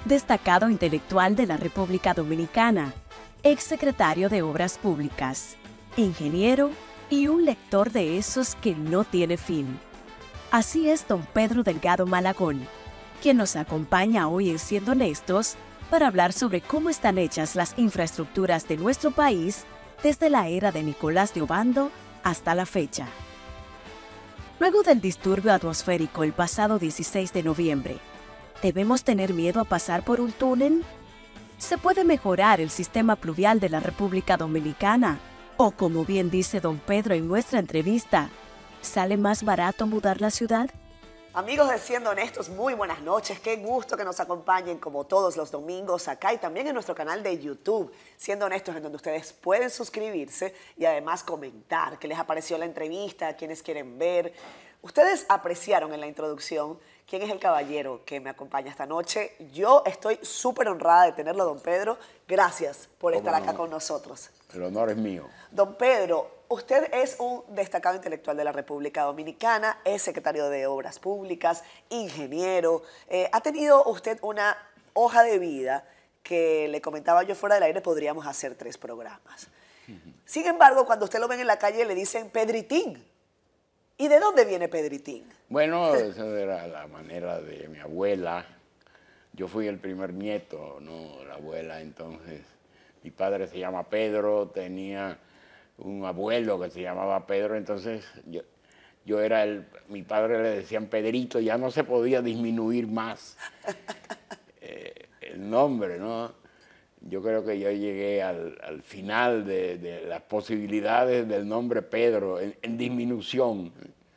destacado intelectual de la República Dominicana, exsecretario de Obras Públicas, ingeniero y un lector de esos que no tiene fin. Así es don Pedro Delgado Malagón, quien nos acompaña hoy en Siendo Honestos para hablar sobre cómo están hechas las infraestructuras de nuestro país desde la era de Nicolás de Obando hasta la fecha. Luego del disturbio atmosférico el pasado 16 de noviembre, ¿debemos tener miedo a pasar por un túnel? ¿Se puede mejorar el sistema pluvial de la República Dominicana? O, como bien dice don Pedro en nuestra entrevista, ¿sale más barato mudar la ciudad? Amigos de Siendo Honestos, muy buenas noches. Qué gusto que nos acompañen como todos los domingos acá y también en nuestro canal de YouTube, Siendo Honestos, en donde ustedes pueden suscribirse y además comentar qué les pareció la entrevista, quienes quieren ver. Ustedes apreciaron en la introducción quién es el caballero que me acompaña esta noche. Yo estoy súper honrada de tenerlo, don Pedro. Gracias por estar acá con nosotros. El honor es mío. Don Pedro, usted es un destacado intelectual de la República Dominicana, es secretario de Obras Públicas, ingeniero. Ha tenido usted una hoja de vida que le comentaba yo fuera del aire, podríamos hacer 3 programas. Sin embargo, cuando usted lo ven en la calle le dicen Pedritín. ¿Y de dónde viene Pedritín? Bueno, esa era la manera de mi abuela. Yo fui el primer nieto, ¿no? La abuela, entonces. Mi padre se llama Pedro, tenía un abuelo que se llamaba Pedro, entonces yo era mi padre le decían Pedrito, ya no se podía disminuir más el nombre, ¿no? Yo creo que yo llegué al final de las posibilidades del nombre Pedro, en disminución.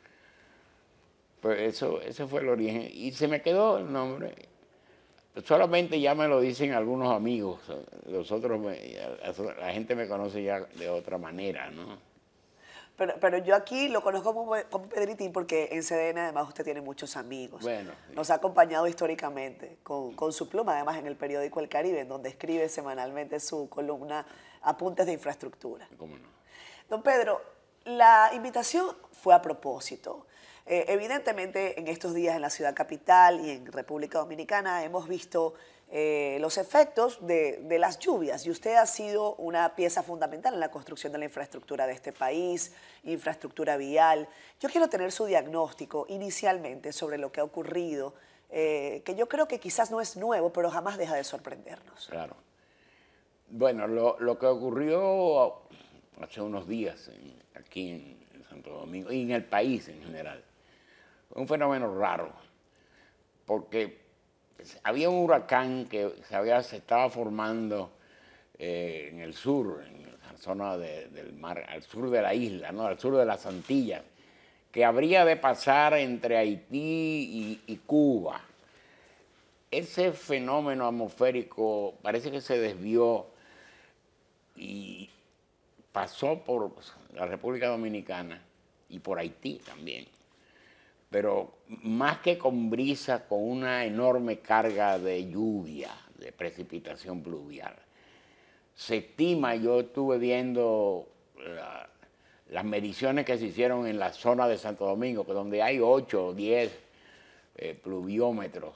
Pues ese fue el origen, y se me quedó el nombre. Solamente ya me lo dicen algunos amigos, los otros, la gente me conoce ya de otra manera, ¿no? Pero yo aquí lo conozco como Pedritín porque en CDN además usted tiene muchos amigos. Bueno, sí. Nos ha acompañado históricamente con su pluma, además en el periódico El Caribe, en donde escribe semanalmente su columna Apuntes de Infraestructura. ¿Cómo no? Don Pedro, la invitación fue a propósito. Evidentemente, en estos días en la ciudad capital y en República Dominicana hemos visto los efectos de las lluvias y usted ha sido una pieza fundamental en la construcción de la infraestructura de este país, infraestructura vial. Yo quiero tener su diagnóstico inicialmente sobre lo que ha ocurrido, que yo creo que quizás no es nuevo, pero jamás deja de sorprendernos. Claro. Bueno, lo que ocurrió hace unos días aquí en Santo Domingo y en el país en general, fue un fenómeno raro, porque había un huracán que se estaba formando en el sur, en la zona del mar, al sur de la isla, ¿no? Al sur de las Antillas, que habría de pasar entre Haití y Cuba. Ese fenómeno atmosférico parece que se desvió y pasó por la República Dominicana y por Haití también. Pero más que con brisa, con una enorme carga de lluvia, de precipitación pluvial. Se estima, yo estuve viendo las mediciones que se hicieron en la zona de Santo Domingo, que donde hay 8 o 10 pluviómetros.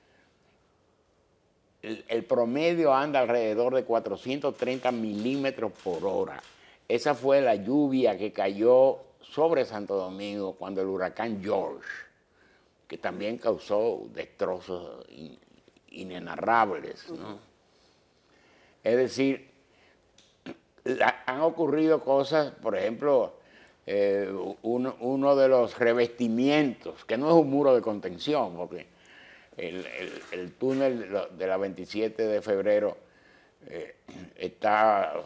El promedio anda alrededor de 430 milímetros por hora. Esa fue la lluvia que cayó sobre Santo Domingo cuando el huracán George, que también causó destrozos inenarrables, ¿no? Es decir, han ocurrido cosas, por ejemplo, uno de los revestimientos, que no es un muro de contención, porque el túnel de la 27 de febrero está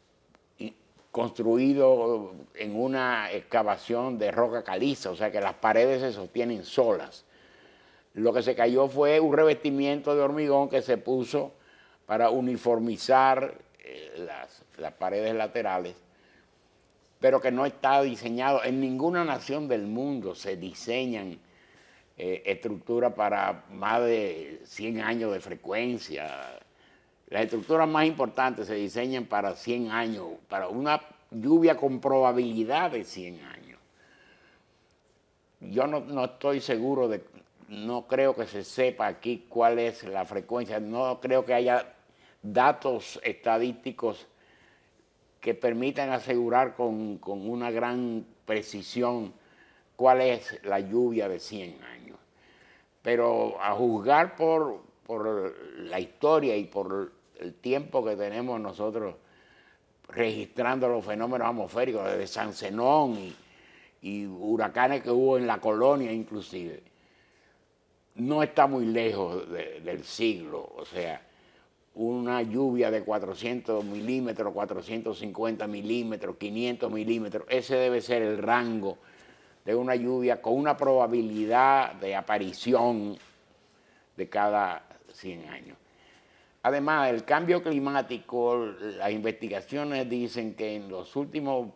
construido en una excavación de roca caliza, o sea que las paredes se sostienen solas. Lo que se cayó fue un revestimiento de hormigón que se puso para uniformizar las paredes laterales, pero que no está diseñado. En ninguna nación del mundo se diseñan estructuras para más de 100 años de frecuencia. Las estructuras más importantes se diseñan para 100 años, para una lluvia con probabilidad de 100 años. Yo no estoy seguro de no creo que se sepa aquí cuál es la frecuencia, no creo que haya datos estadísticos que permitan asegurar con una gran precisión cuál es la lluvia de 100 años. Pero a juzgar por la historia y por el tiempo que tenemos nosotros registrando los fenómenos atmosféricos desde San Zenón y huracanes que hubo en la colonia inclusive, no está muy lejos del siglo. O sea, una lluvia de 400 milímetros, 450 milímetros, 500 milímetros, ese debe ser el rango de una lluvia con una probabilidad de aparición de cada 100 años. Además, el cambio climático, las investigaciones dicen que en los últimos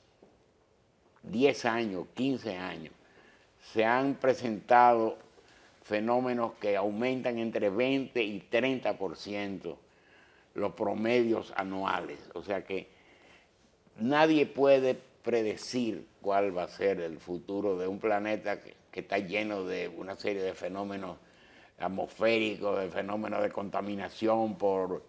10 años, 15 años, se han presentado fenómenos que aumentan entre 20 y 30% los promedios anuales. O sea que nadie puede predecir cuál va a ser el futuro de un planeta que está lleno de una serie de fenómenos atmosféricos, de fenómenos de contaminación por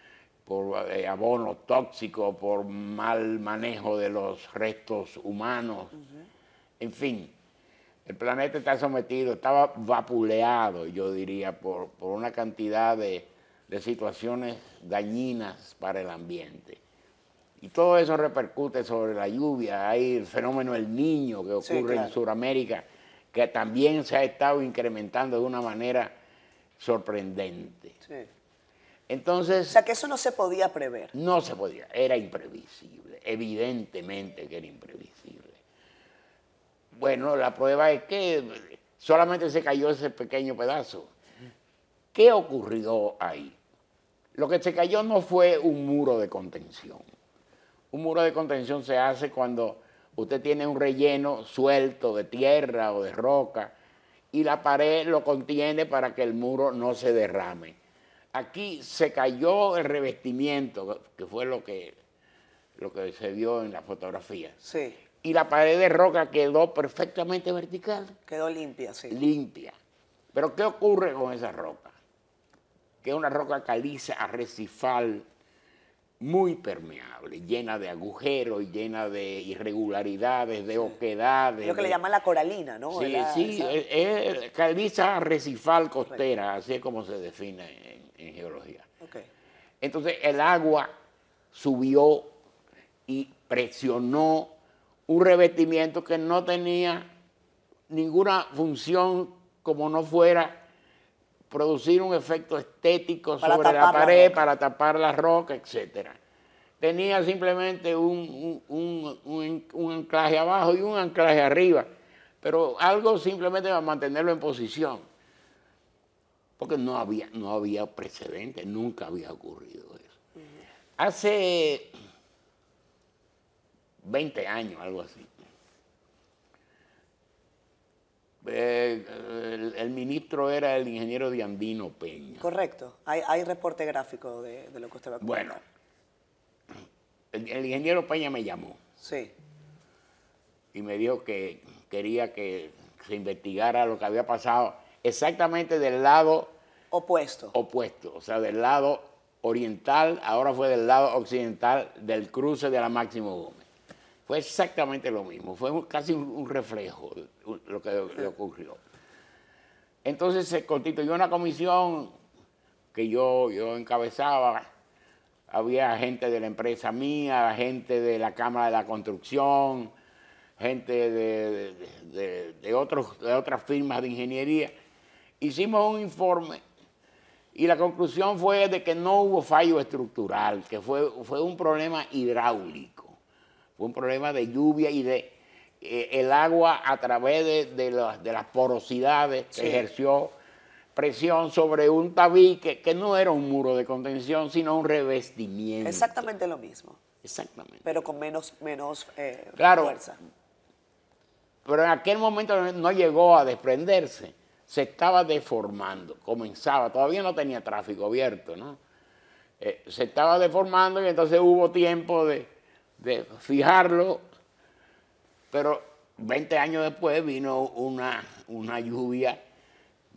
abonos tóxicos, por mal manejo de los restos humanos. En fin, el planeta está sometido, estaba vapuleado, yo diría, por una cantidad de situaciones dañinas para el ambiente. Y todo eso repercute sobre la lluvia. Hay el fenómeno del Niño que ocurre en Sudamérica, que también se ha estado incrementando de una manera sorprendente. Sí. Entonces, o sea, que eso no se podía prever. No se podía, era imprevisible, evidentemente que era imprevisible. Bueno, la prueba es que solamente se cayó ese pequeño pedazo. ¿Qué ocurrió ahí? Lo que se cayó no fue un muro de contención. Un muro de contención se hace cuando usted tiene un relleno suelto de tierra o de roca y la pared lo contiene para que el muro no se derrame. Aquí se cayó el revestimiento, que fue lo que se vio en la fotografía. Sí. Y la pared de roca quedó perfectamente vertical. Quedó limpia, sí. Limpia. Pero ¿qué ocurre con esa roca? Que es una roca caliza arrecifal muy permeable, llena de agujeros, llena de irregularidades, de oquedades. Lo que le llaman la coralina, ¿no? Sí, es caliza arrecifal costera, así es como se define en geología. Okay. Entonces el agua subió y presionó un revestimiento que no tenía ninguna función como no fuera producir un efecto estético sobre la pared, para tapar la roca, etc. Tenía simplemente un anclaje abajo y un anclaje arriba, pero algo simplemente para mantenerlo en posición, porque no había precedente, nunca había ocurrido eso. Hace 20 años, algo así, el ministro era el ingeniero Diandino Peña. Correcto. Hay reporte gráfico de lo que usted va a comentar. Bueno, el ingeniero Peña me llamó. Sí. Y me dijo que quería que se investigara lo que había pasado exactamente del lado opuesto. O sea, del lado oriental, ahora fue del lado occidental del cruce de la Máximo Gómez. Fue exactamente lo mismo, fue casi un reflejo de lo que le ocurrió. Entonces se constituyó una comisión que yo encabezaba. Había gente de la empresa mía, gente de la Cámara de la Construcción, gente de otras firmas de ingeniería. Hicimos un informe y la conclusión fue de que no hubo fallo estructural, que fue un problema hidráulico. Fue un problema de lluvia y de el agua a través de las porosidades que ejerció presión sobre un tabique que no era un muro de contención, sino un revestimiento. Exactamente lo mismo. Exactamente. Pero con menos claro, fuerza. Pero en aquel momento no llegó a desprenderse. Se estaba deformando, comenzaba, todavía no tenía tráfico abierto, ¿no? Se estaba deformando y entonces hubo tiempo de fijarlo, pero 20 años después vino una lluvia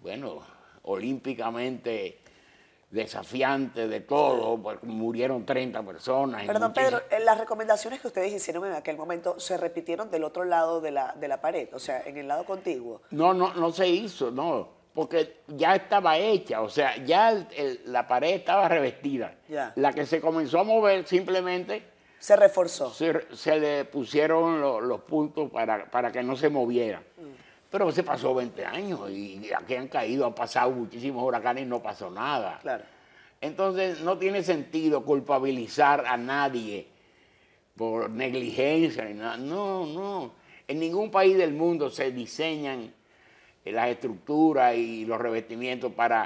bueno, olímpicamente desafiante de todo, pues murieron 30 personas. Pero, don Pedro, las recomendaciones que ustedes hicieron en aquel momento se repitieron del otro lado de la pared, o sea, en el lado contiguo. No se hizo, no, porque ya estaba hecha, o sea, ya la pared estaba revestida. Ya. La que se comenzó a mover simplemente Se reforzó. se le pusieron los puntos para que no se moviera. Pero se pasó 20 años y aquí han caído, han pasado muchísimos huracanes y no pasó nada. Claro. Entonces no tiene sentido culpabilizar a nadie por negligencia ni nada. No. En ningún país del mundo se diseñan las estructuras y los revestimientos para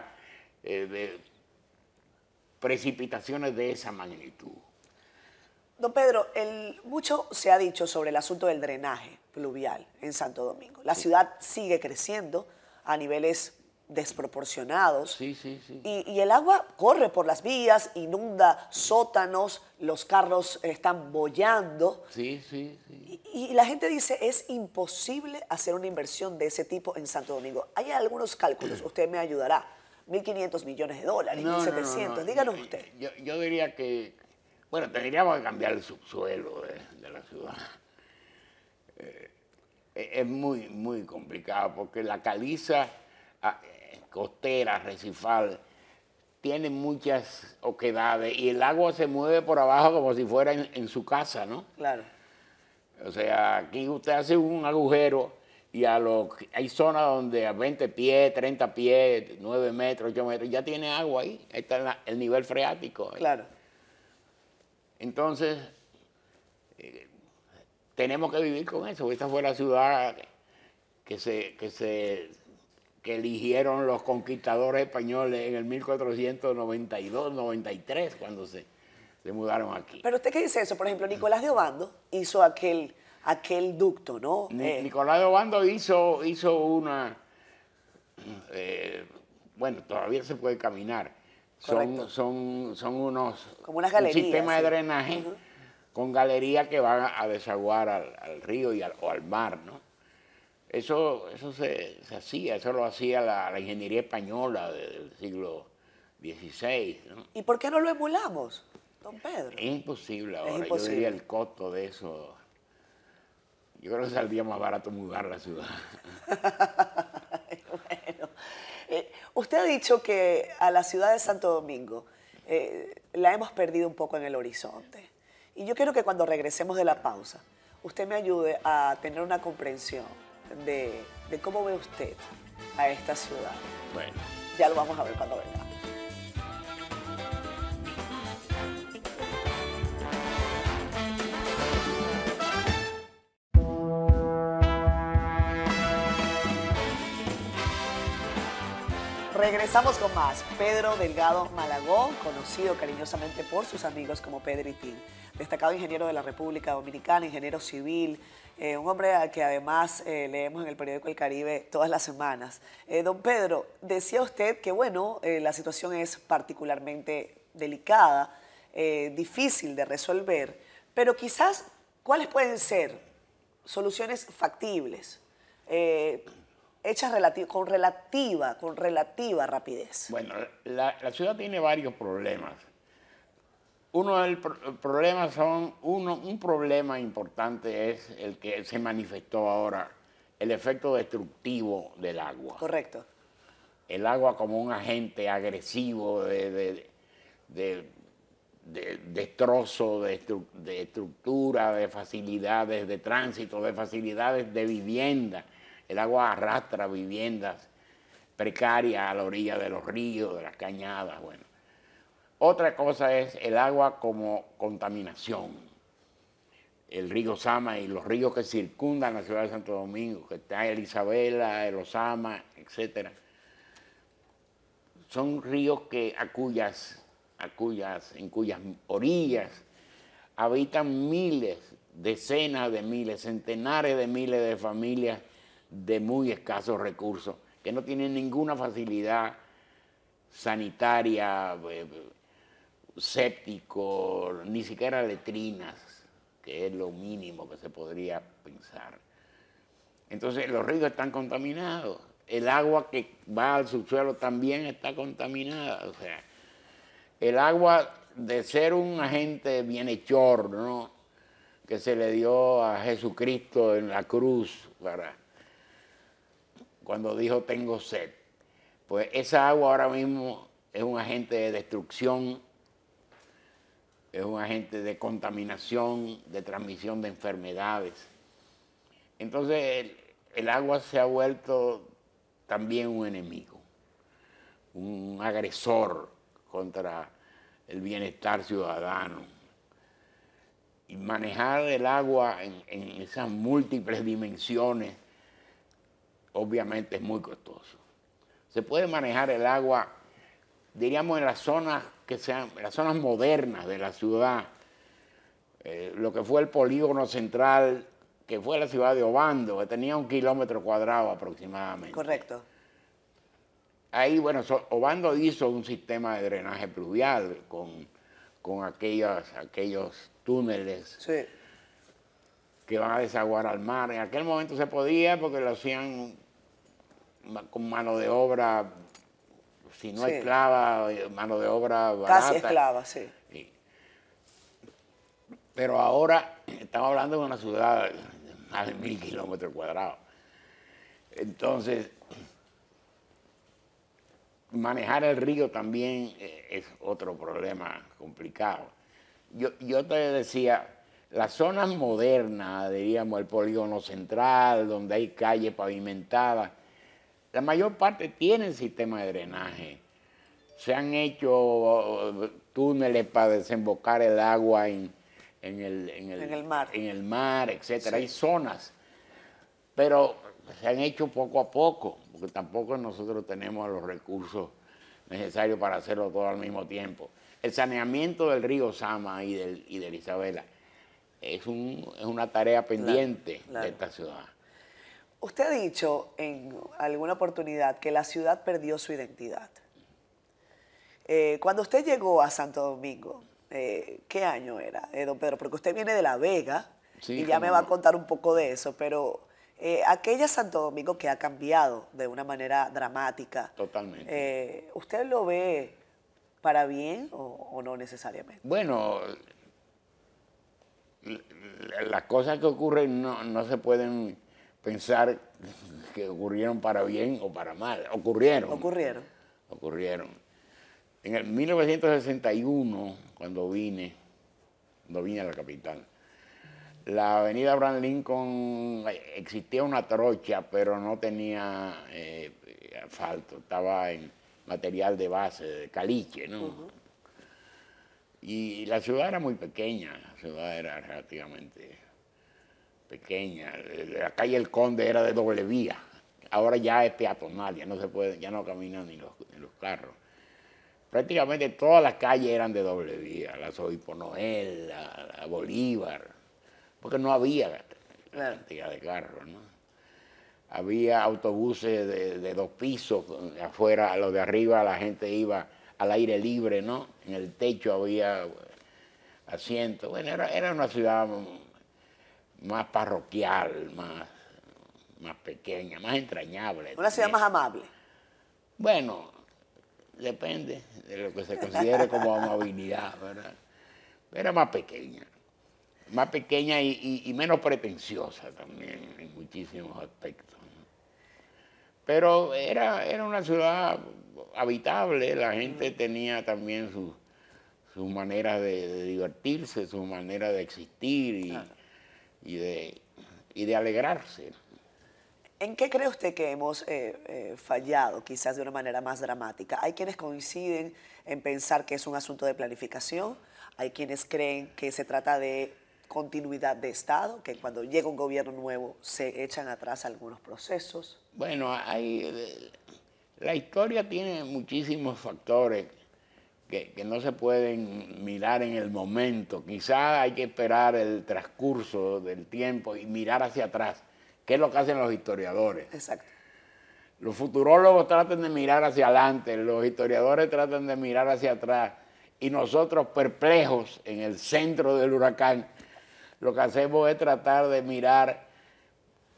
precipitaciones de esa magnitud. Don Pedro, mucho se ha dicho sobre el asunto del drenaje pluvial en Santo Domingo. La ciudad sigue creciendo a niveles desproporcionados. Sí. Y el agua corre por las vías, inunda sótanos, los carros están boyando. Sí. Y la gente dice, es imposible hacer una inversión de ese tipo en Santo Domingo. Hay algunos cálculos, usted me ayudará. 1.500 millones de dólares, 1.700, díganos usted. Yo diría que, bueno, tendríamos que cambiar el subsuelo de la ciudad. Es muy complicado porque la caliza costera, arrecifal, tiene muchas oquedades y el agua se mueve por abajo como si fuera en su casa, ¿no? Claro. O sea, aquí usted hace un agujero y hay zonas donde a 20 pies, 30 pies, 9 metros, 8 metros, ya tiene agua ahí, ahí está el nivel freático. Claro. Entonces, tenemos que vivir con eso. Esta fue la ciudad que eligieron los conquistadores españoles en el 1492, 93, cuando se mudaron aquí. Pero usted qué dice eso, por ejemplo, Nicolás de Obando hizo aquel ducto, ¿no? Nicolás de Obando hizo una, bueno, todavía se puede caminar. Son unos, como unas galerías, un sistema sí, de drenaje con galerías que van a desaguar al río o al mar, ¿no? Eso se hacía, eso lo hacía la ingeniería española del siglo XVI, ¿no? ¿Y por qué no lo emulamos, don Pedro? Es imposible ahora, Es imposible. yo diría el costo de eso. Yo creo que saldría más barato mudar la ciudad. Bueno, usted ha dicho que a la ciudad de Santo Domingo la hemos perdido un poco en el horizonte. Y yo quiero que cuando regresemos de la pausa, usted me ayude a tener una comprensión de cómo ve usted a esta ciudad. Bueno. Ya lo vamos a ver cuando venga. Regresamos con más. Pedro Delgado Malagón, conocido cariñosamente por sus amigos como Pedritín, destacado ingeniero de la República Dominicana, ingeniero civil, un hombre al que además leemos en el periódico El Caribe todas las semanas. Don Pedro, decía usted que, bueno, la situación es particularmente delicada, difícil de resolver, pero quizás, ¿cuáles pueden ser soluciones factibles? Hechas con relativa rapidez. Bueno, la ciudad tiene varios problemas. Uno de los problemas un problema importante es el que se manifestó ahora, el efecto destructivo del agua. Correcto. El agua como un agente agresivo de destrozo, de estructura, de facilidades de tránsito, de facilidades de vivienda. El agua arrastra viviendas precarias a la orilla de los ríos, de las cañadas, bueno. Otra cosa es el agua como contaminación. El río Sama y los ríos que circundan la ciudad de Santo Domingo, que está el Isabela, el Osama, etc. Son ríos en cuyas orillas habitan miles, decenas de miles, centenares de miles de familias de muy escasos recursos, que no tienen ninguna facilidad sanitaria, séptico, ni siquiera letrinas, que es lo mínimo que se podría pensar. Entonces los ríos están contaminados el agua que va al subsuelo también está contaminada. O sea, el agua, de ser un agente bienhechor, ¿no?, que se le dio a Jesucristo en la cruz cuando dijo tengo sed, pues esa agua ahora mismo es un agente de destrucción, es un agente de contaminación, de transmisión de enfermedades. Entonces el agua se ha vuelto también un enemigo, un agresor contra el bienestar ciudadano. Y manejar el agua en esas múltiples dimensiones, obviamente es muy costoso. Se puede manejar el agua, diríamos, en las zonas que sean, las zonas modernas de la ciudad, lo que fue el polígono central, que fue la ciudad de Obando, que tenía 1 kilómetro cuadrado aproximadamente. Correcto. Ahí, bueno, Obando hizo un sistema de drenaje pluvial con aquellos túneles, Sí, que van a desaguar al mar. En aquel momento se podía porque lo hacían con mano de obra, si no sí, esclava, mano de obra barata. casi esclava, sí. Sí. Pero ahora estamos hablando de una ciudad de más de 1.000 kilómetros cuadrados. Entonces, manejar el río también es otro problema complicado. Yo te decía, las zonas modernas, diríamos el polígono central, donde hay calles pavimentadas, la mayor parte tienen sistema de drenaje. Se han hecho túneles para desembocar el agua en el mar, etcétera. Sí. Hay zonas, pero se han hecho poco a poco, porque tampoco nosotros tenemos los recursos necesarios para hacerlo todo al mismo tiempo. El saneamiento del río Sama y de Isabela es una tarea pendiente de esta ciudad. Usted ha dicho en alguna oportunidad que la ciudad perdió su identidad. Cuando usted llegó a Santo Domingo, ¿qué año era, don Pedro? Porque usted viene de La Vega, Sí, y ya me cómo va a no. contar un poco de eso, pero aquella Santo Domingo que ha cambiado de una manera dramática, Totalmente. ¿usted lo ve para bien o no necesariamente? Bueno, las cosas que ocurren no se pueden pensar que ocurrieron para bien o para mal. Ocurrieron. En el 1961, cuando vine a la capital, la avenida Abraham Lincoln existía una trocha, pero no tenía asfalto, estaba en material de base, de caliche, ¿no? Y la ciudad era muy pequeña, la ciudad era relativamente pequeña. La calle El Conde era de doble vía, ahora ya es peatonal, ya no se puede, ya no caminan ni los carros. Prácticamente todas las calles eran de doble vía, la Obispo Noel, la Bolívar, porque no había cantidad de carros, ¿no? Había autobuses de 2 pisos, afuera, los de arriba la gente iba al aire libre, ¿no? En el techo había asientos. Bueno, era una ciudad más parroquial, más pequeña, más entrañable. Una ciudad más amable. Bueno, depende de lo que se considere como amabilidad, ¿verdad? Era más pequeña y menos pretenciosa también en muchísimos aspectos, ¿no? Pero era una ciudad habitable, la gente tenía también sus maneras de divertirse, sus maneras de existir y de alegrarse. ¿En qué cree usted que hemos fallado, quizás de una manera más dramática? Hay quienes coinciden en pensar que es un asunto de planificación, hay quienes creen que se trata de continuidad de Estado, que cuando llega un gobierno nuevo se echan atrás algunos procesos. Bueno, la historia tiene muchísimos factores que no se pueden mirar en el momento. Quizá hay que esperar el transcurso del tiempo y mirar hacia atrás, que es lo que hacen los historiadores. Exacto. Los futurólogos tratan de mirar hacia adelante, los historiadores tratan de mirar hacia atrás, y nosotros, perplejos en el centro del huracán, lo que hacemos es tratar de mirar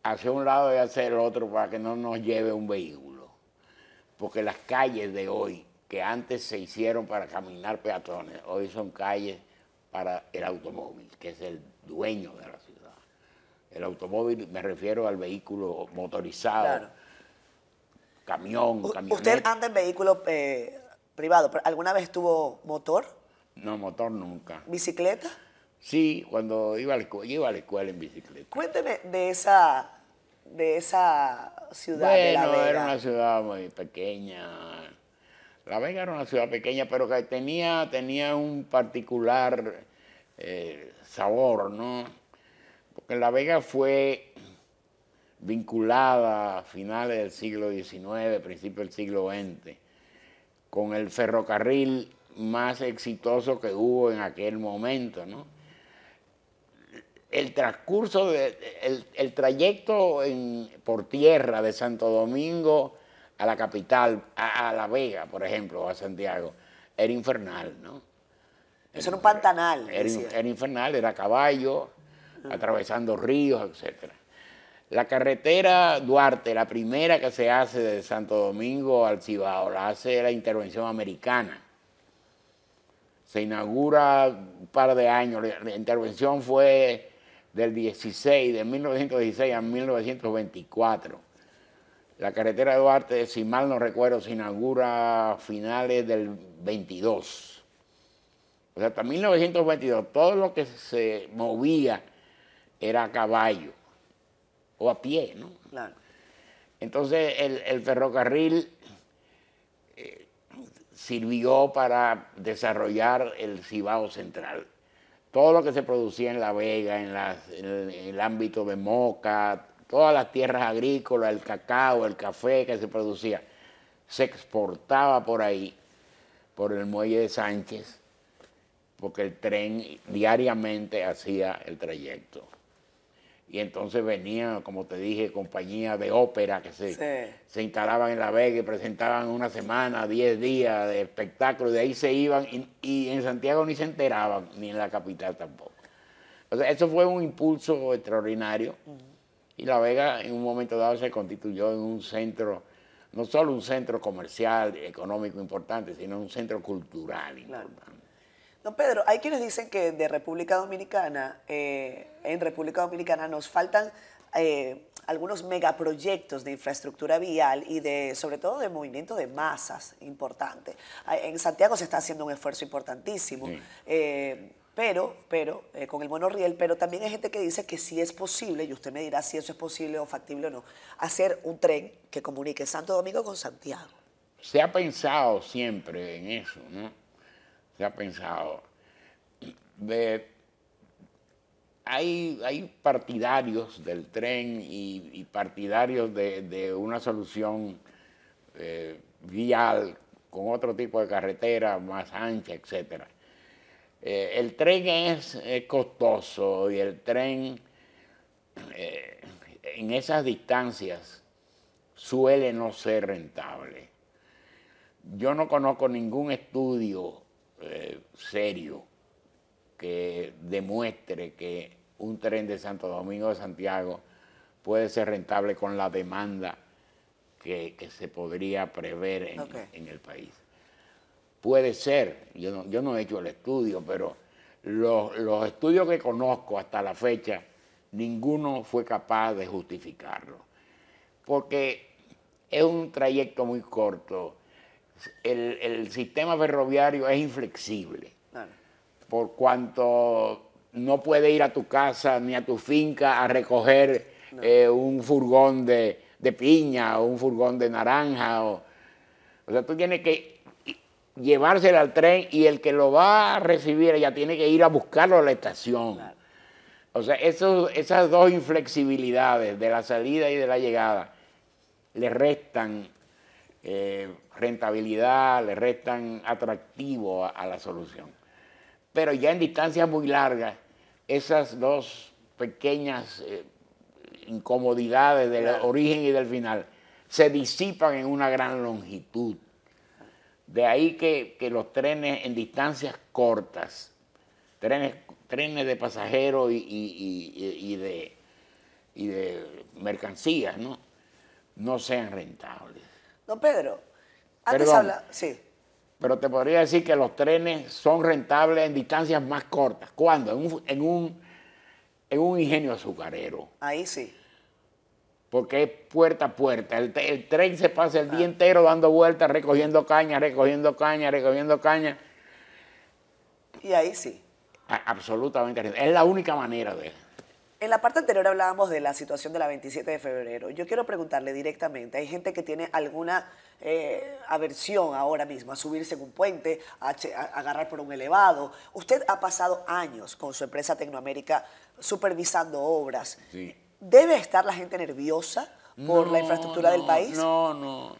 hacia un lado y hacia el otro para que no nos lleve un vehículo. Porque las calles de hoy, que antes se hicieron para caminar peatones, hoy son calles para el automóvil, que es el dueño de la ciudad. El automóvil, me refiero al vehículo motorizado, Claro. camión, camioneta. ¿Usted anda en vehículo privado? ¿Alguna vez tuvo motor? No, motor nunca. ¿Bicicleta? Sí, cuando iba a la escuela en bicicleta. Cuénteme de esa ciudad de La Bueno, Vega. era una ciudad muy pequeña. La Vega era una ciudad pequeña, pero que tenía un particular sabor, ¿no? Porque La Vega fue vinculada a finales del siglo XIX, principios del siglo XX, con el ferrocarril más exitoso que hubo en aquel momento, ¿no? El transcurso, el trayecto por tierra de Santo Domingo a la capital, a La Vega, por ejemplo, o a Santiago, era infernal, ¿no? Eso era un pantanal. Era infernal, era a caballo, atravesando ríos, etc. La carretera Duarte, la primera que se hace de Santo Domingo al Cibao, la hace la intervención americana. Se inaugura un par de años, la intervención fue de 1916 a 1924. La carretera Duarte, si mal no recuerdo, se inaugura a finales del 22. O sea, hasta 1922, todo lo que se movía era a caballo o a pie, ¿no? Claro. Entonces, el ferrocarril sirvió para desarrollar el Cibao Central. Todo lo que se producía en La Vega, en el ámbito de Moca, todas las tierras agrícolas, el cacao, el café que se producía, se exportaba por ahí, por el muelle de Sánchez, porque el tren diariamente hacía el trayecto. Y entonces venían, como te dije, compañías de ópera que se instalaban en La Vega y presentaban una semana, 10 días de espectáculo, y de ahí se iban, y en Santiago ni se enteraban, ni en la capital tampoco. O sea, eso fue un impulso extraordinario, y La Vega en un momento dado se constituyó en un centro, no solo un centro comercial, económico importante, sino un centro cultural importante. Claro. Don Pedro, hay quienes dicen que de República Dominicana, en República Dominicana nos faltan algunos megaproyectos de infraestructura vial y sobre todo de movimiento de masas importante. En Santiago se está haciendo un esfuerzo importantísimo, Sí. pero con el monorriel, pero también hay gente que dice que sí es posible, y usted me dirá si eso es posible o factible o no, hacer un tren que comunique Santo Domingo con Santiago. Se ha pensado siempre en eso, ¿no? Se ha pensado. Hay partidarios del tren y partidarios de una solución vial con otro tipo de carretera más ancha, etc. El tren es costoso y el tren en esas distancias suele no ser rentable. Yo no conozco ningún estudio serio que demuestre que un tren de Santo Domingo de Santiago puede ser rentable con la demanda que se podría prever en el país. Puede ser, yo no he hecho el estudio, pero los estudios que conozco hasta la fecha, ninguno fue capaz de justificarlo, porque es un trayecto muy corto. El sistema ferroviario es inflexible, claro, por cuanto no puede ir a tu casa ni a tu finca a recoger un furgón de piña o un furgón de naranja. O sea, tú tienes que llevárselo al tren y el que lo va a recibir ya tiene que ir a buscarlo a la estación. Claro. O sea, esas dos inflexibilidades de la salida y de la llegada le restan rentabilidad, le restan atractivo a la solución. Pero ya en distancias muy largas, esas dos pequeñas incomodidades del origen y del final se disipan en una gran longitud. De ahí que los trenes en distancias cortas, trenes de pasajeros y y de mercancías, no sean rentables. Don Pedro, antes Perdón. habla... Sí. Pero te podría decir que los trenes son rentables en distancias más cortas. ¿Cuándo? En un ingenio azucarero. Ahí sí. Porque es puerta a puerta. El tren se pasa el día entero dando vueltas, recogiendo caña, recogiendo caña, recogiendo caña. Y ahí sí. Absolutamente. Es la única manera de... En la parte anterior hablábamos de la situación de la 27 de febrero. Yo quiero preguntarle directamente, hay gente que tiene alguna aversión ahora mismo a subirse en un puente, a agarrar por un elevado. Usted ha pasado años con su empresa Tecnoamérica supervisando obras. Sí. ¿Debe estar la gente nerviosa por la infraestructura del país? No.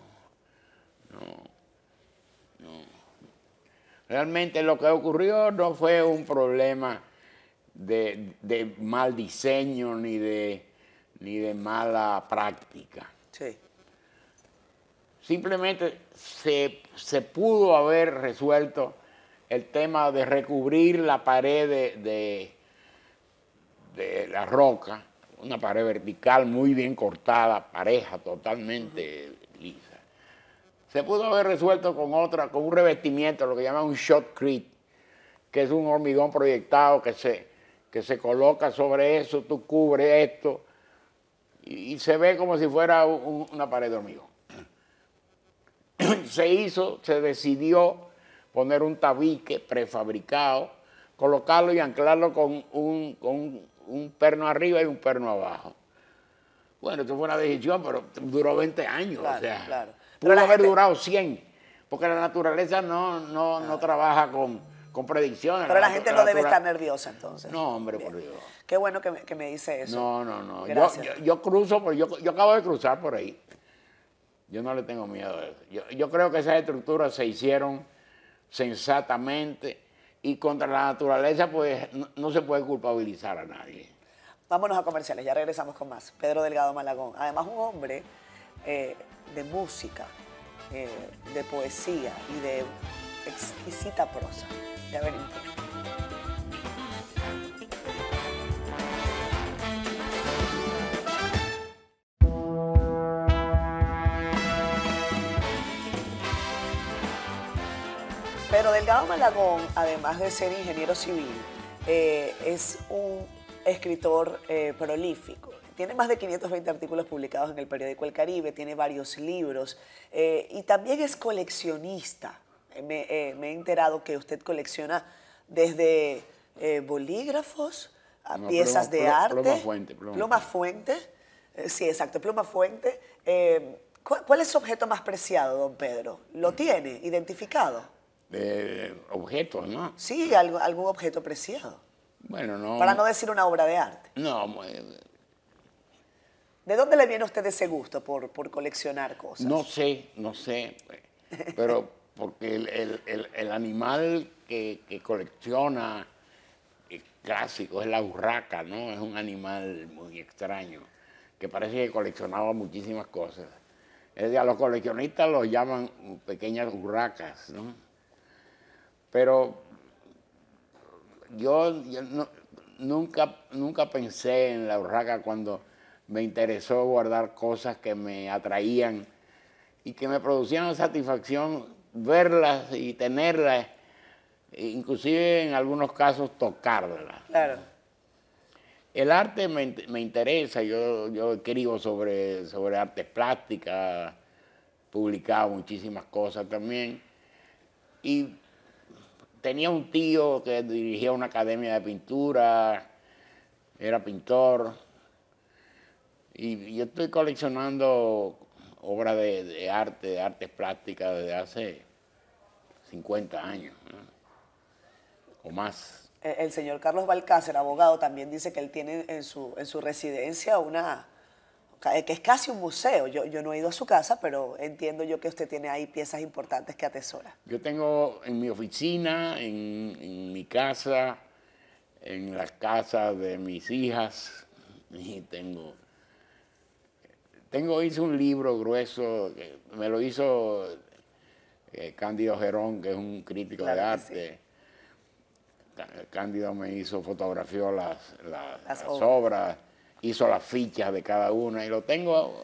Realmente lo que ocurrió no fue un problema de mal diseño ni de mala práctica. Sí. Simplemente se pudo haber resuelto el tema de recubrir la pared de la roca, una pared vertical muy bien cortada, pareja, totalmente lisa. Se pudo haber resuelto con un revestimiento, lo que llaman un shotcrete, que es un hormigón proyectado que se coloca sobre eso, tú cubres esto y se ve como si fuera una pared de hormigón. Se decidió poner un tabique prefabricado, colocarlo y anclarlo con un perno arriba y un perno abajo. Bueno, esto fue una decisión, pero duró 20 años. Claro, o sea, claro. pudo haber durado 100, porque la naturaleza no trabaja con predicciones. Pero la gente no debe estar nerviosa entonces. No, hombre, Bien. por Dios. Qué bueno que me dice eso. No. Gracias. Yo cruzo, pero yo acabo de cruzar por ahí. Yo no le tengo miedo a eso. Yo creo que esas estructuras se hicieron sensatamente y contra la naturaleza pues no se puede culpabilizar a nadie. Vámonos a comerciales, ya regresamos con más. Pedro Delgado Malagón, además un hombre de música, de poesía y de exquisita prosa. Ya venimos. Pedro Delgado Malagón, además de ser ingeniero civil, es un escritor prolífico. Tiene más de 520 artículos publicados en el periódico El Caribe, tiene varios libros y también es coleccionista. Me he enterado que usted colecciona desde bolígrafos a piezas de arte. Pluma fuente. Sí, exacto, pluma fuente. ¿Cuál es su objeto más preciado, don Pedro? ¿Lo tiene identificado? Objetos, ¿no? Sí, algún objeto preciado. Bueno, no. Para no decir una obra de arte. No. ¿De dónde le viene a usted ese gusto por coleccionar cosas? No sé. Pero porque el animal que colecciona clásico es la urraca, ¿no? Es un animal muy extraño, que parece que coleccionaba muchísimas cosas. Es decir, a los coleccionistas los llaman pequeñas urracas, ¿no? Pero yo nunca pensé en la urraca cuando me interesó guardar cosas que me atraían y que me producían satisfacción verlas y tenerlas, inclusive en algunos casos tocarlas. Claro. El arte me interesa, yo escribo sobre artes plásticas, he publicado muchísimas cosas también. Y tenía un tío que dirigía una academia de pintura, era pintor, y yo estoy coleccionando obras de arte, de artes plásticas desde hace 50 años, ¿no? O más. El señor Carlos Balcácer, abogado, también dice que él tiene en su residencia que es casi un museo. Yo no he ido a su casa, pero entiendo yo que usted tiene ahí piezas importantes que atesora. Yo tengo en mi oficina, en mi casa, en las casas de mis hijas, y hice un libro grueso, que me lo hizo Cándido Gerón, que es un crítico de arte. Sí. Cándido me fotografió las obras hizo las fichas de cada una y lo tengo.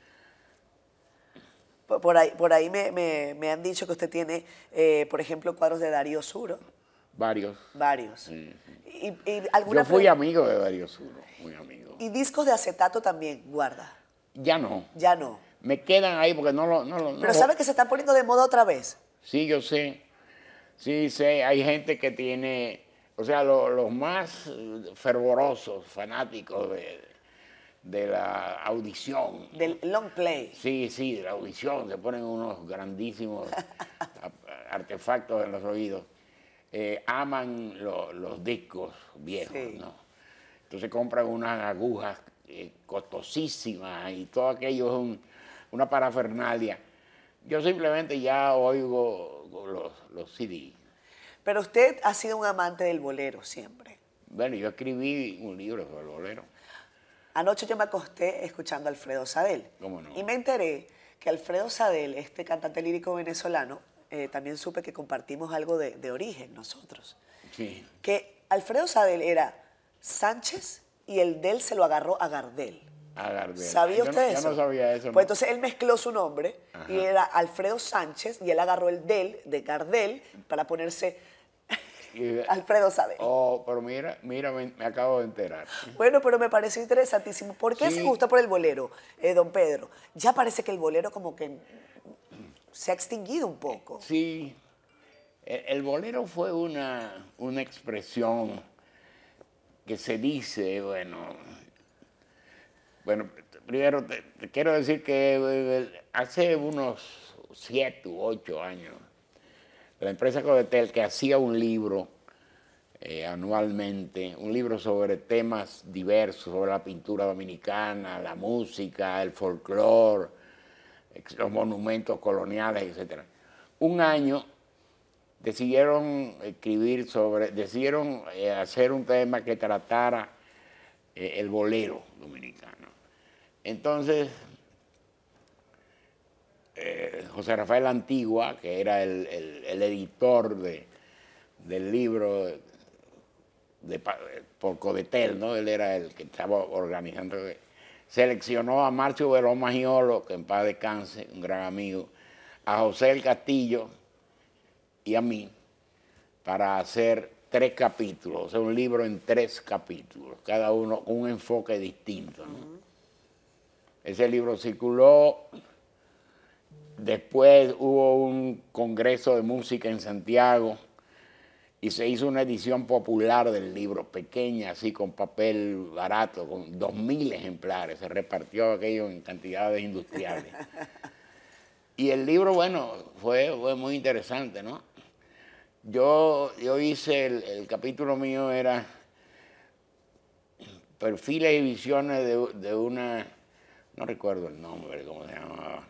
Por ahí me han dicho que usted tiene, por ejemplo, cuadros de Darío Suro. Varios. Varios. Sí. Y alguna Yo fui amigo de Darío Suro, muy amigo. Y discos de acetato también guarda. Ya no. Ya no. Me quedan ahí porque no Pero ¿sabe que se está poniendo de moda otra vez? Sí, yo sé. Sí, sé. Hay gente que tiene, o sea, los más fervorosos, fanáticos de la audición. Del long play. Sí, sí, de la audición. Se ponen unos grandísimos artefactos en los oídos. Aman los discos viejos, Sí. ¿no? Entonces compran unas agujas costosísimas y todo aquello es una parafernalia. Yo simplemente ya oigo los CD. Pero usted ha sido un amante del bolero siempre. Bueno, yo escribí un libro sobre el bolero. Anoche yo me acosté escuchando a Alfredo Sadel. ¿Cómo no? Y me enteré que Alfredo Sadel, este cantante lírico venezolano, también supe que compartimos algo de origen nosotros. Sí. Que Alfredo Sadel era Sánchez y el del se lo agarró a Gardel. A Gardel. ¿Sabía usted eso? Yo no sabía eso. Pues ¿no? entonces él mezcló su nombre y era Alfredo Sánchez y él agarró el del de Gardel para ponerse Alfredo Sadel. Oh, pero mira, me acabo de enterar. Bueno, pero me pareció interesantísimo. ¿Por qué Sí. se gusta por el bolero, don Pedro? Ya parece que el bolero como que se ha extinguido un poco. Sí, el bolero fue una expresión que se dice, bueno, primero te quiero decir que hace unos 7 u 8 años, la empresa Codetel, que hacía un libro anualmente, un libro sobre temas diversos, sobre la pintura dominicana, la música, el folclore, los monumentos coloniales, etc. Un año decidieron hacer un tema que tratara el bolero dominicano. Entonces, José Rafael Antigua, que era el editor del libro por Codetel, ¿no? Él era el que estaba organizando. Seleccionó a Marcio Verón Magiolo, que en paz descanse, un gran amigo, a José del Castillo y a mí, para hacer 3 capítulos, o sea, un libro en 3 capítulos, cada uno con un enfoque distinto, ¿no? Ese libro circuló, después hubo un congreso de música en Santiago y se hizo una edición popular del libro, pequeña, así, con papel barato, con 2000 ejemplares. Se repartió aquello en cantidades industriales. Y el libro, bueno, fue muy interesante, ¿no? Yo hice, el capítulo mío era perfiles y visiones de una, no recuerdo el nombre, cómo se llamaba.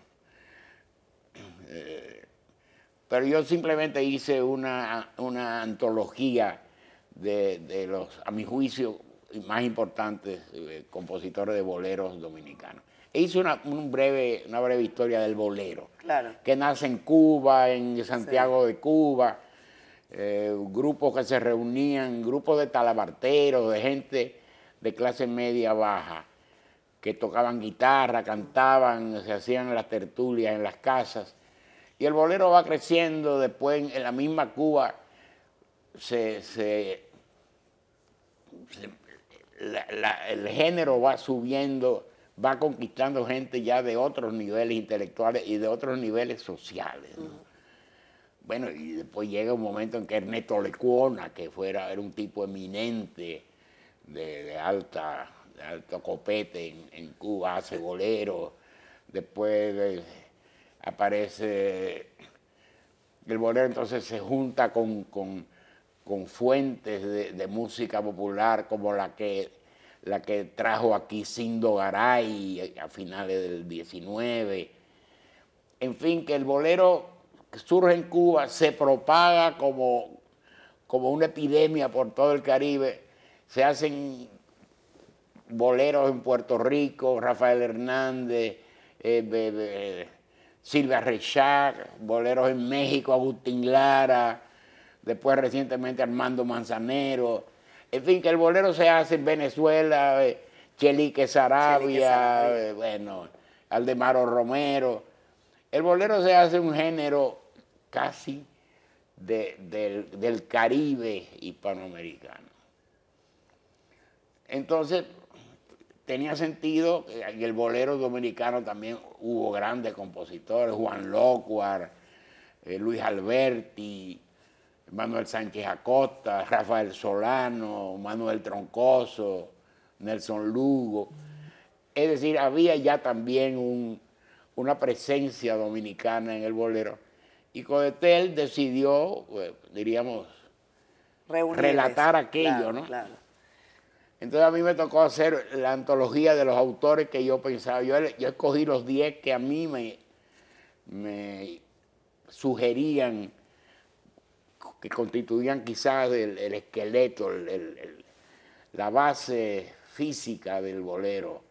Pero yo simplemente hice una antología de los, a mi juicio, más importantes compositores de boleros dominicanos. E hice una breve historia del bolero, Claro. que nace en Cuba, en Santiago de Cuba, grupos que se reunían, grupos de talabarteros, de gente de clase media baja, que tocaban guitarra, cantaban, se hacían las tertulias en las casas. Y el bolero va creciendo, después en la misma Cuba el género va subiendo, va conquistando gente ya de otros niveles intelectuales y de otros niveles sociales, ¿no? Bueno, y después llega un momento en que Ernesto Lecuona, que era un tipo eminente de alto copete en Cuba, hace bolero. Después aparece el bolero, entonces se junta con fuentes de música popular como la que trajo aquí Sindo Garay a finales del 19. En fin, que el bolero que surge en Cuba se propaga como una epidemia por todo el Caribe. Se hacen boleros en Puerto Rico, Rafael Hernández, Silvia Reixac, boleros en México, Agustín Lara, después recientemente Armando Manzanero. En fin, que el bolero se hace en Venezuela, Chelique Sarabia, Sarabia. bueno, Aldemaro Romero. El bolero se hace un género casi del Caribe hispanoamericano. Entonces, tenía sentido, en el bolero dominicano también hubo grandes compositores, Juan Lócuar, Luis Alberti, Manuel Sánchez Acosta, Rafael Solano, Manuel Troncoso, Nelson Lugo. Es decir, había ya también una presencia dominicana en el bolero. Y Codetel decidió, diríamos, relatar aquello, claro, ¿no? Claro. Entonces a mí me tocó hacer la antología de los autores que yo pensaba. Yo escogí los 10 que a mí me sugerían que constituían quizás el esqueleto, la base física del bolero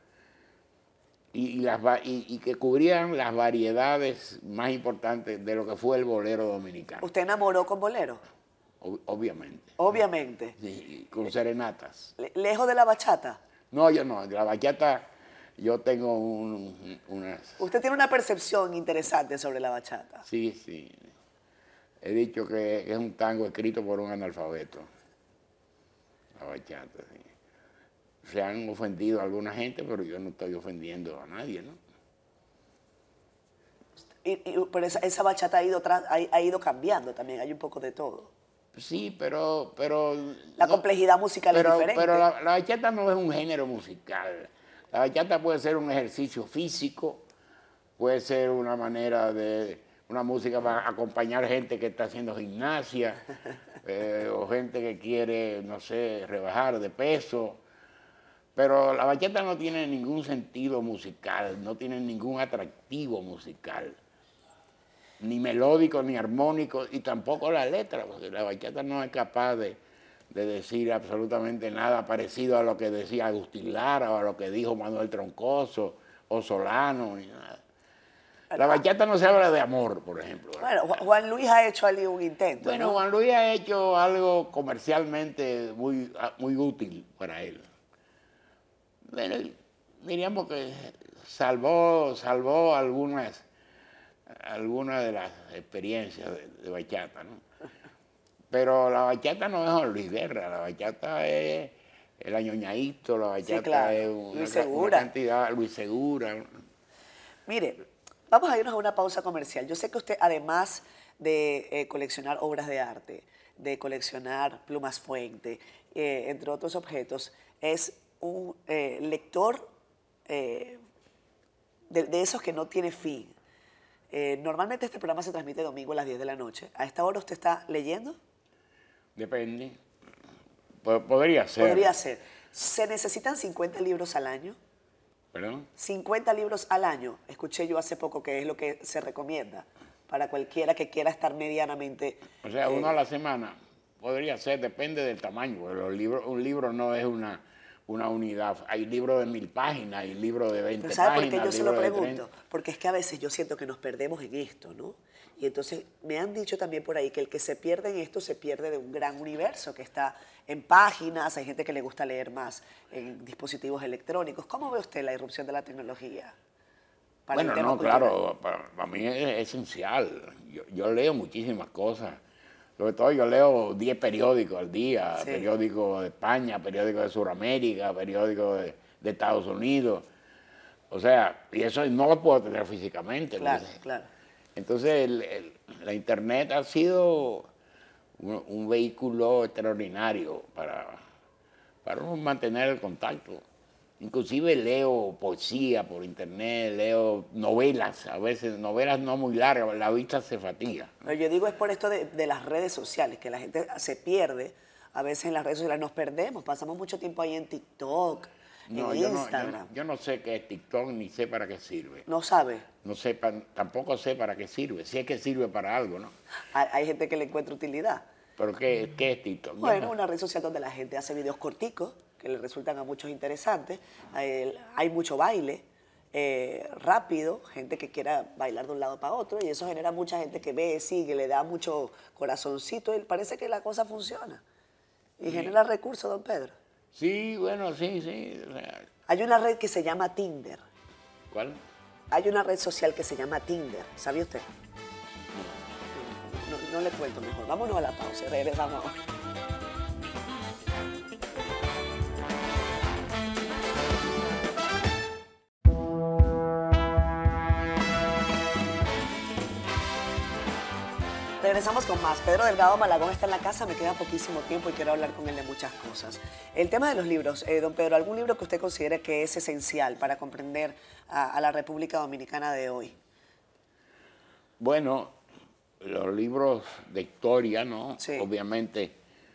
y que cubrían las variedades más importantes de lo que fue el bolero dominicano. ¿Usted enamoró con bolero? Obviamente. Obviamente. Sí, con serenatas. ¿Lejos de la bachata? No, yo no. De la bachata yo tengo unas... Usted tiene una percepción interesante sobre la bachata. Sí, sí. He dicho que es un tango escrito por un analfabeto. La bachata, sí. Se han ofendido a alguna gente, pero yo no estoy ofendiendo a nadie, ¿no? Pero esa bachata ha ido cambiando también, hay un poco de todo. Sí, pero La no, complejidad musical es diferente. Pero la bachata no es un género musical. La bachata puede ser un ejercicio físico, puede ser una manera de... una música para acompañar gente que está haciendo gimnasia, o gente que quiere, no sé, rebajar de peso. Pero la bachata no tiene ningún sentido musical, no tiene ningún atractivo musical, ni melódico, ni armónico, y tampoco la letra, porque la bachata no es capaz de decir absolutamente nada parecido a lo que decía Agustín Lara, o a lo que dijo Manuel Troncoso, o Solano, ni nada. La bachata no se habla de amor, por ejemplo. Bueno, Juan Luis ha hecho allí un intento, Bueno, ¿no? Juan Luis ha hecho algo comercialmente muy útil para él. Bueno, diríamos que salvó algunas de las experiencias de bachata, ¿no? Pero la bachata no es Juan Luis Guerra, la bachata es el Añoñadito, la bachata Sí, claro. es Luis una Segura. cantidad, Luis Segura. Mire, vamos a irnos a una pausa comercial. Yo sé que usted, además de coleccionar obras de arte, de coleccionar plumas fuente, entre otros objetos, es un lector de esos que no tiene fin. Normalmente este programa se transmite domingo a las 10 de la noche. ¿A esta hora usted está leyendo? Depende. Podría ser. Podría ser. ¿Se necesitan 50 libros al año? ¿Perdón? 50 libros al año. Escuché yo hace poco que es lo que se recomienda para cualquiera que quiera estar medianamente... O sea, uno a la semana podría ser, depende del tamaño. Porque un libro no es una unidad. Hay libros de 1000 páginas, hay libros de 20 Pero ¿sabe páginas. por qué yo se lo libros de pregunto? 30. Porque es que a veces yo siento que nos perdemos en esto, ¿no? Y entonces me han dicho también por ahí que el que se pierde en esto se pierde de un gran universo que está en páginas, hay gente que le gusta leer más en dispositivos electrónicos. ¿Cómo ve usted la irrupción de la tecnología? Para el Bueno, tema no, cultural? claro, para mí es esencial. Yo leo muchísimas cosas. Sobre todo yo leo 10 periódicos al día, Sí. periódicos de España, periódicos de Sudamérica, periódicos de Estados Unidos. O sea, y eso no lo puedo tener físicamente. Claro, porque- claro. Entonces la Internet ha sido un vehículo extraordinario para uno mantener el contacto. Inclusive leo poesía por Internet, leo novelas, a veces novelas no muy largas, la vista se fatiga. Pero yo digo es por esto de las redes sociales, que la gente se pierde. A veces en las redes sociales nos perdemos, pasamos mucho tiempo ahí en TikTok, No, en yo Instagram. no sé qué es TikTok ni sé para qué sirve. No sabe. No sé, tampoco sé para qué sirve. Si es que sirve para algo, ¿no? Hay gente que le encuentra utilidad. Pero ¿qué es TikTok? Yo Bueno, no- una red social donde la gente hace videos corticos que le resultan a muchos interesantes. Hay mucho baile rápido, gente que quiera bailar de un lado para otro, y eso genera mucha gente que ve, sigue, le da mucho corazoncito y parece que la cosa funciona. Y genera recursos, don Pedro. Sí, bueno, sí, sí. O sea, Hay una red que se llama Tinder. ¿cuál? Hay una red social que se llama Tinder. ¿Sabía usted? No le cuento mejor. Vámonos a la pausa y regresamos. Regresamos con más. Pedro Delgado Malagón está en la casa, me queda poquísimo tiempo y quiero hablar con él de muchas cosas. El tema de los libros, don Pedro, ¿algún libro que usted considere que es esencial para comprender a la República Dominicana de hoy? Bueno, los libros de historia, ¿no? Sí. Obviamente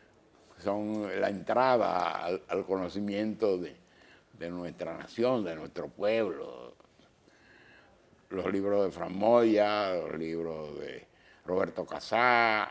son la entrada al conocimiento de nuestra nación, de nuestro pueblo. Los libros de Fran Moya, los libros de Roberto Casá,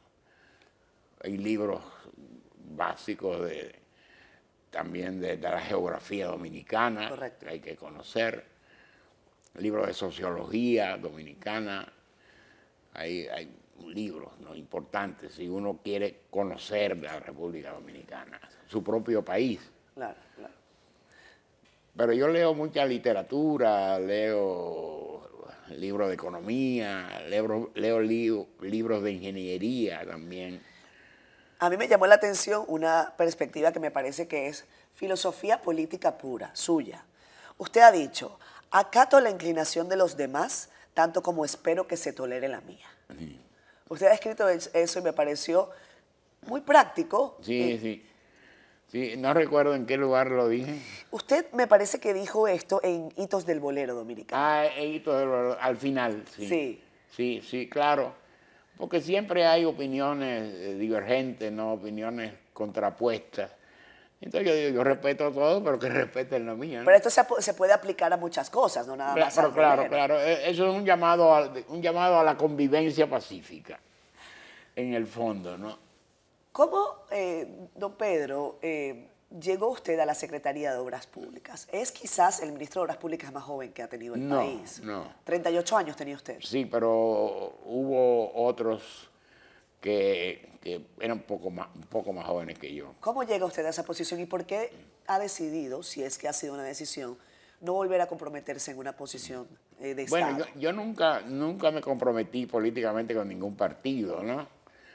hay libros básicos también de la geografía dominicana. Correcto. Que hay que conocer, libros de sociología dominicana. Hay libros, ¿no?, importantes si uno quiere conocer la República Dominicana, su propio país. Claro, claro. Pero yo leo mucha literatura, leo libros de economía, leo libros de ingeniería también. A mí me llamó la atención una perspectiva que me parece que es filosofía política pura, suya. Usted ha dicho, acato la inclinación de los demás, tanto como espero que se tolere la mía. Sí. Usted ha escrito eso y me pareció muy práctico. Sí, sí. Sí, no recuerdo en qué lugar lo dije. Usted me parece que dijo esto en Hitos del Bolero Dominicano. Ah, al final, sí. Sí. Sí, sí, claro. Porque siempre hay opiniones divergentes, ¿no? Opiniones contrapuestas. Entonces yo digo, yo respeto todo, pero que respeten lo mío, ¿no? Pero esto se puede aplicar a muchas cosas, no nada más al Claro, bolero. claro. Eso es un llamado a la convivencia pacífica, en el fondo, ¿no? ¿Cómo, don Pedro, llegó usted a la Secretaría de Obras Públicas? Es quizás el ministro de Obras Públicas más joven que ha tenido el país. No. 38 años tenía usted. Sí, pero hubo otros que eran un poco más jóvenes que yo. ¿Cómo llega usted a esa posición y por qué ha decidido, si es que ha sido una decisión, no volver a comprometerse en una posición de Estado? Bueno, yo nunca me comprometí políticamente con ningún partido, ¿no?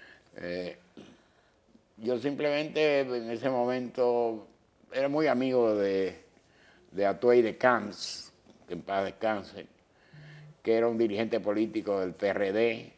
Yo simplemente en ese momento era muy amigo de Atuey de Camps, que en paz descanse, que era un dirigente político del PRD.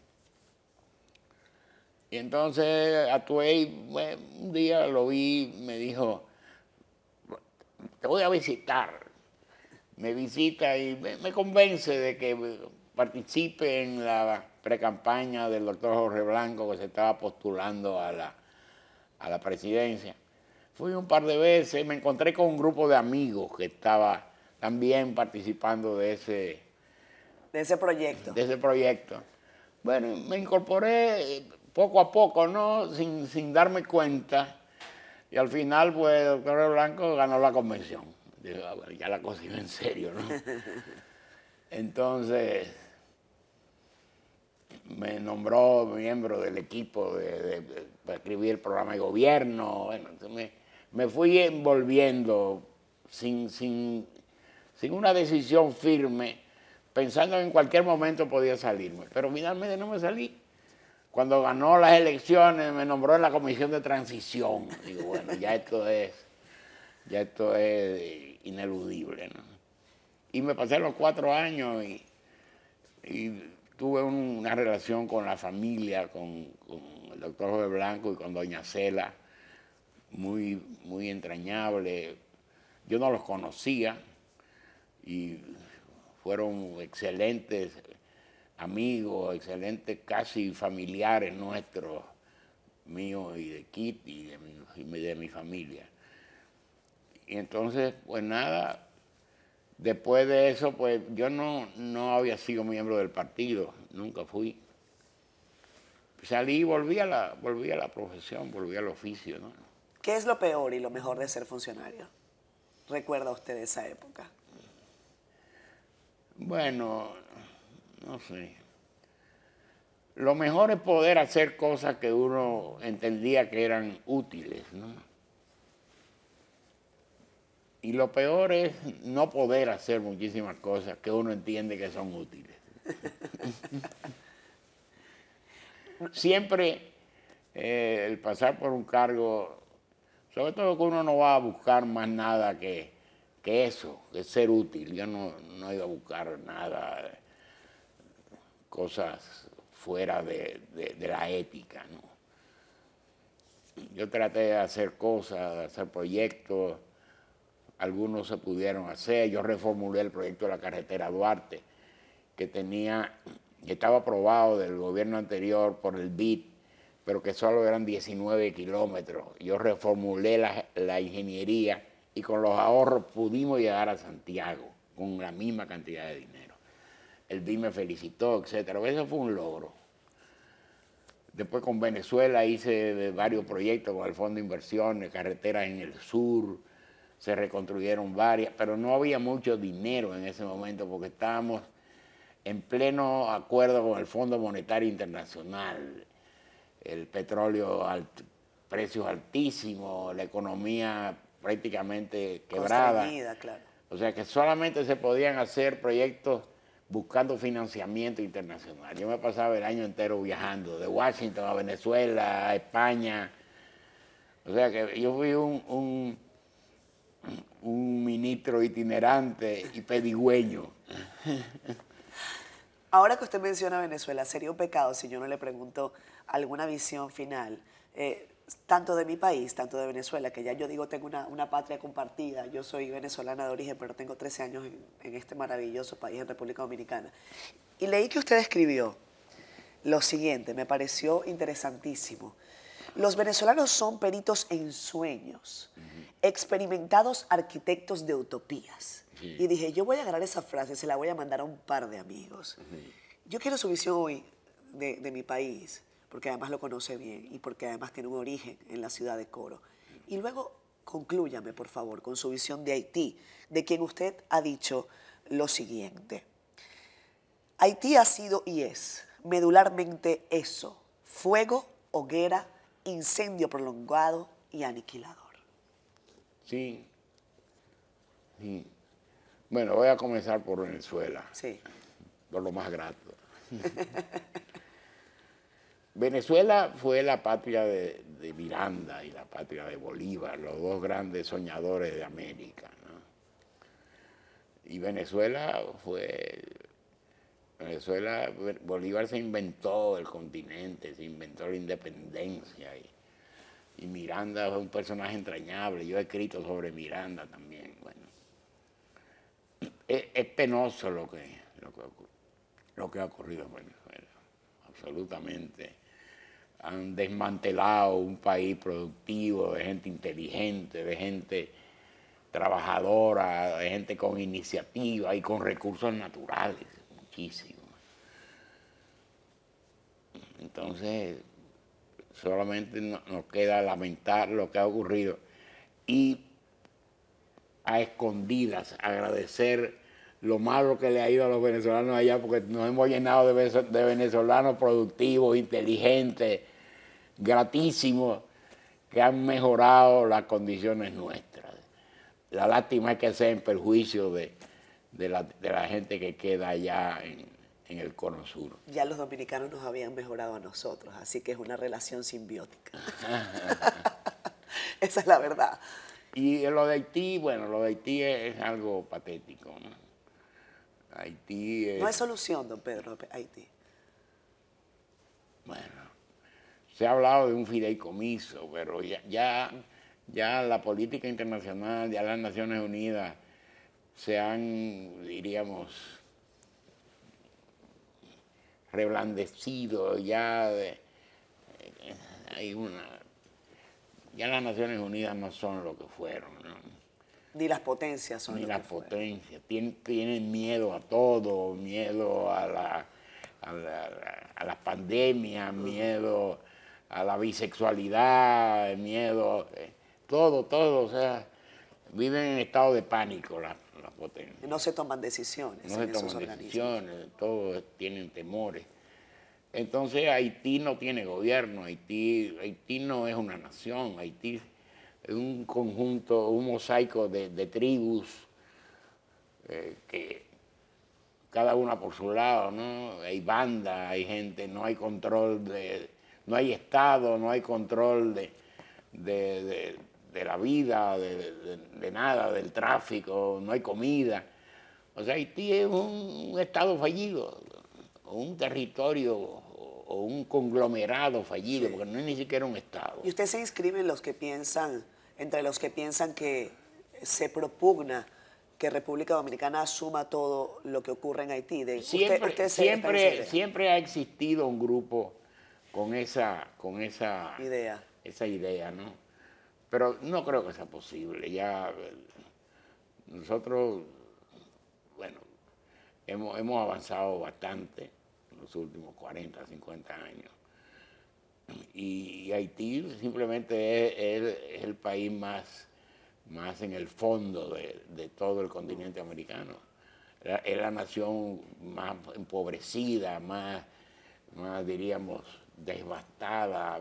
Y entonces Atuey, bueno, un día lo vi, me dijo, te voy a visitar. Me visita y me convence de que participe en la precampaña del doctor Jorge Blanco, que se estaba postulando a la presidencia. Fui un par de veces, me encontré con un grupo de amigos que estaba también participando de ese proyecto. Bueno, me incorporé poco a poco, ¿no? Sin darme cuenta. Y al final, pues, el doctor Blanco ganó la convención. Digo, bueno, ya la cosa iba en serio, ¿no? Entonces, me nombró miembro del equipo para escribir el programa de gobierno. Bueno, entonces me fui envolviendo sin una decisión firme, pensando que en cualquier momento podía salirme. Pero finalmente no me salí. Cuando ganó las elecciones me nombró en la comisión de transición. Digo, bueno, ya esto es ineludible, ¿no? Y me pasé los 4 años y tuve una relación con la familia, con el doctor Jorge Blanco y con doña Cela, muy, muy entrañable. Yo no los conocía y fueron excelentes amigos, excelentes casi familiares nuestros, míos y de Kit y de mi familia. Y entonces, pues nada, después de eso, pues yo no había sido miembro del partido, nunca fui. Salí y volví a la profesión, volví al oficio, ¿no? ¿Qué es lo peor y lo mejor de ser funcionario? ¿Recuerda usted esa época? Bueno, no sé. Lo mejor es poder hacer cosas que uno entendía que eran útiles, ¿no? Y lo peor es no poder hacer muchísimas cosas que uno entiende que son útiles. Siempre el pasar por un cargo, sobre todo que uno no va a buscar más nada que eso, que ser útil. Yo no he ido a buscar nada, cosas fuera de la ética, ¿no? Yo traté de hacer cosas, de hacer proyectos, algunos se pudieron hacer. Yo reformulé el proyecto de la carretera Duarte, que estaba aprobado del gobierno anterior por el BID, pero que solo eran 19 kilómetros. Yo reformulé la ingeniería y con los ahorros pudimos llegar a Santiago con la misma cantidad de dinero. El BID me felicitó, etc. Eso fue un logro. Después con Venezuela hice varios proyectos con el Fondo de Inversiones, carreteras en el sur, se reconstruyeron varias, pero no había mucho dinero en ese momento porque estábamos en pleno acuerdo con el Fondo Monetario Internacional. El petróleo precios altísimos, la economía prácticamente quebrada. Claro. O sea que solamente se podían hacer proyectos buscando financiamiento internacional. Yo me pasaba el año entero viajando, de Washington a Venezuela, a España. O sea que yo fui un ministro itinerante y pedigüeño. Ahora que usted menciona Venezuela, sería un pecado si yo no le pregunto alguna visión final, tanto de mi país, tanto de Venezuela, que ya yo digo tengo una patria compartida. Yo soy venezolana de origen, pero tengo 13 años en este maravilloso país, en República Dominicana. Y leí que usted escribió lo siguiente, me pareció interesantísimo. Los venezolanos son peritos en sueños, experimentados arquitectos de utopías. Sí. Y dije, yo voy a agarrar esa frase, se la voy a mandar a un par de amigos. Yo quiero su visión hoy de mi país, porque además lo conoce bien y porque además tiene un origen en la ciudad de Coro. Y luego conclúyame, por favor, con su visión de Haití, de quien usted ha dicho lo siguiente. Haití ha sido y es medularmente eso, fuego, hoguera, incendio prolongado y aniquilador. Sí. Sí. Bueno, voy a comenzar por Venezuela. Sí. Por lo más grato. Venezuela fue la patria de Miranda y la patria de Bolívar, los dos grandes soñadores de América, ¿no? Y Bolívar se inventó el continente, se inventó la independencia y Miranda fue un personaje entrañable. Yo he escrito sobre Miranda también. Bueno, es penoso lo que ha ocurrido en Venezuela, absolutamente. Han desmantelado un país productivo, de gente inteligente, de gente trabajadora, de gente con iniciativa y con recursos naturales, muchísimo. Entonces, solamente nos queda lamentar lo que ha ocurrido y a escondidas agradecer lo malo que le ha ido a los venezolanos allá, porque nos hemos llenado de venezolanos productivos, inteligentes, gratísimos, que han mejorado las condiciones nuestras. La lástima es que sea en perjuicio de la gente que queda allá en el Cono Sur. Ya los dominicanos nos habían mejorado a nosotros, así que es una relación simbiótica. Esa es la verdad. Y lo de Haití, bueno, lo de Haití es algo patético, ¿no? Haití no hay solución, don Pedro, Haití. Bueno, se ha hablado de un fideicomiso, pero ya la política internacional, ya las Naciones Unidas se han, diríamos, reblandecido, ya las Naciones Unidas no son lo que fueron, ¿no? Ni las potencias son ni lo las que fueron. potencias. Tienen miedo a todo, miedo a la pandemia, miedo a la bisexualidad, miedo, todo, o sea, viven en estado de pánico las potencias. No se toman decisiones. No se toman decisiones, todos tienen temores. Entonces Haití no tiene gobierno, Haití no es una nación, Haití un conjunto, un mosaico de tribus que cada una por su lado, ¿no? Hay bandas, hay gente, no hay control no hay Estado, no hay control de la vida, de nada, del tráfico, no hay comida. O sea, Haití es un estado fallido, o un territorio, o un conglomerado fallido, Sí. porque no es ni siquiera un estado. ¿Y usted se inscribe en los que piensan, entre los que piensan que se propugna que República Dominicana asuma todo lo que ocurre en Haití? Siempre, está en esa idea. siempre ha existido un grupo con esa Idea. ¿no? Pero no creo que sea posible. Ya nosotros, bueno, hemos avanzado bastante en los últimos 40, 50 años. Y Haití simplemente es el país más en el fondo de todo el continente americano. Es la nación más empobrecida, más diríamos, devastada.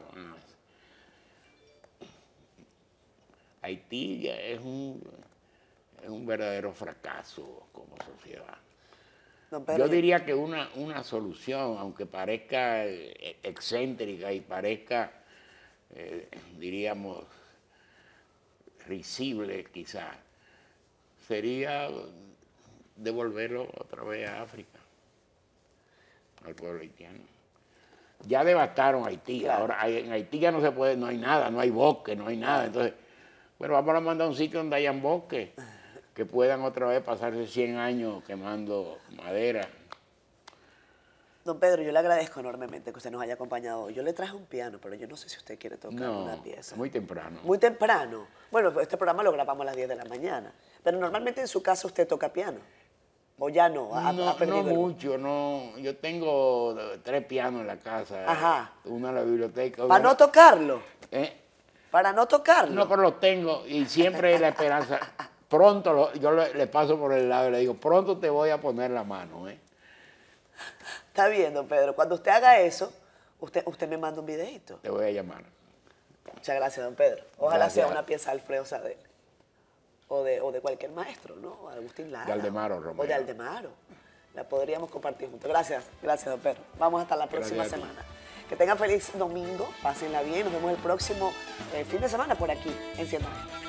Haití es un verdadero fracaso como sociedad. Don Pedro, Yo diría que una solución, aunque parezca excéntrica y parezca, diríamos, risible quizás, sería devolverlo otra vez a África, al pueblo haitiano. Ya devastaron Haití, Claro. ahora en Haití ya no se puede, no hay nada, no hay bosque, no hay nada. Entonces, bueno, vamos a mandar a un sitio donde hayan bosques, que puedan otra vez pasarse 100 años quemando madera. Don Pedro, yo le agradezco enormemente que usted nos haya acompañado hoy. Yo le traje un piano, pero yo no sé si usted quiere tocar No, una pieza. muy temprano. Muy temprano. Bueno, pues este programa lo grabamos a las 10 de la mañana. Pero normalmente en su casa usted toca piano. ¿O ya no? No perdido el- mucho, no. Yo tengo 3 pianos en la casa. Ajá. Uno en la biblioteca. ¿Para no tocarlo? ¿Eh? ¿Para no tocarlo? No, pero los tengo y siempre la esperanza. Pronto yo le paso por el lado y le digo, pronto te voy a poner la mano. Está bien, don Pedro. Cuando usted haga eso, usted me manda un videito. Te voy a llamar. Muchas gracias, don Pedro. Ojalá Gracias. sea una pieza de Alfredo Sadel. O de cualquier maestro, ¿no? Agustín Lara. De Aldemaro Romero. O de Aldemaro. La podríamos compartir juntos. Gracias, don Pedro. Vamos hasta la próxima Gracias a ti. semana. Que tengan feliz domingo, pásenla bien. Nos vemos el próximo fin de semana por aquí en Siendo Alegres.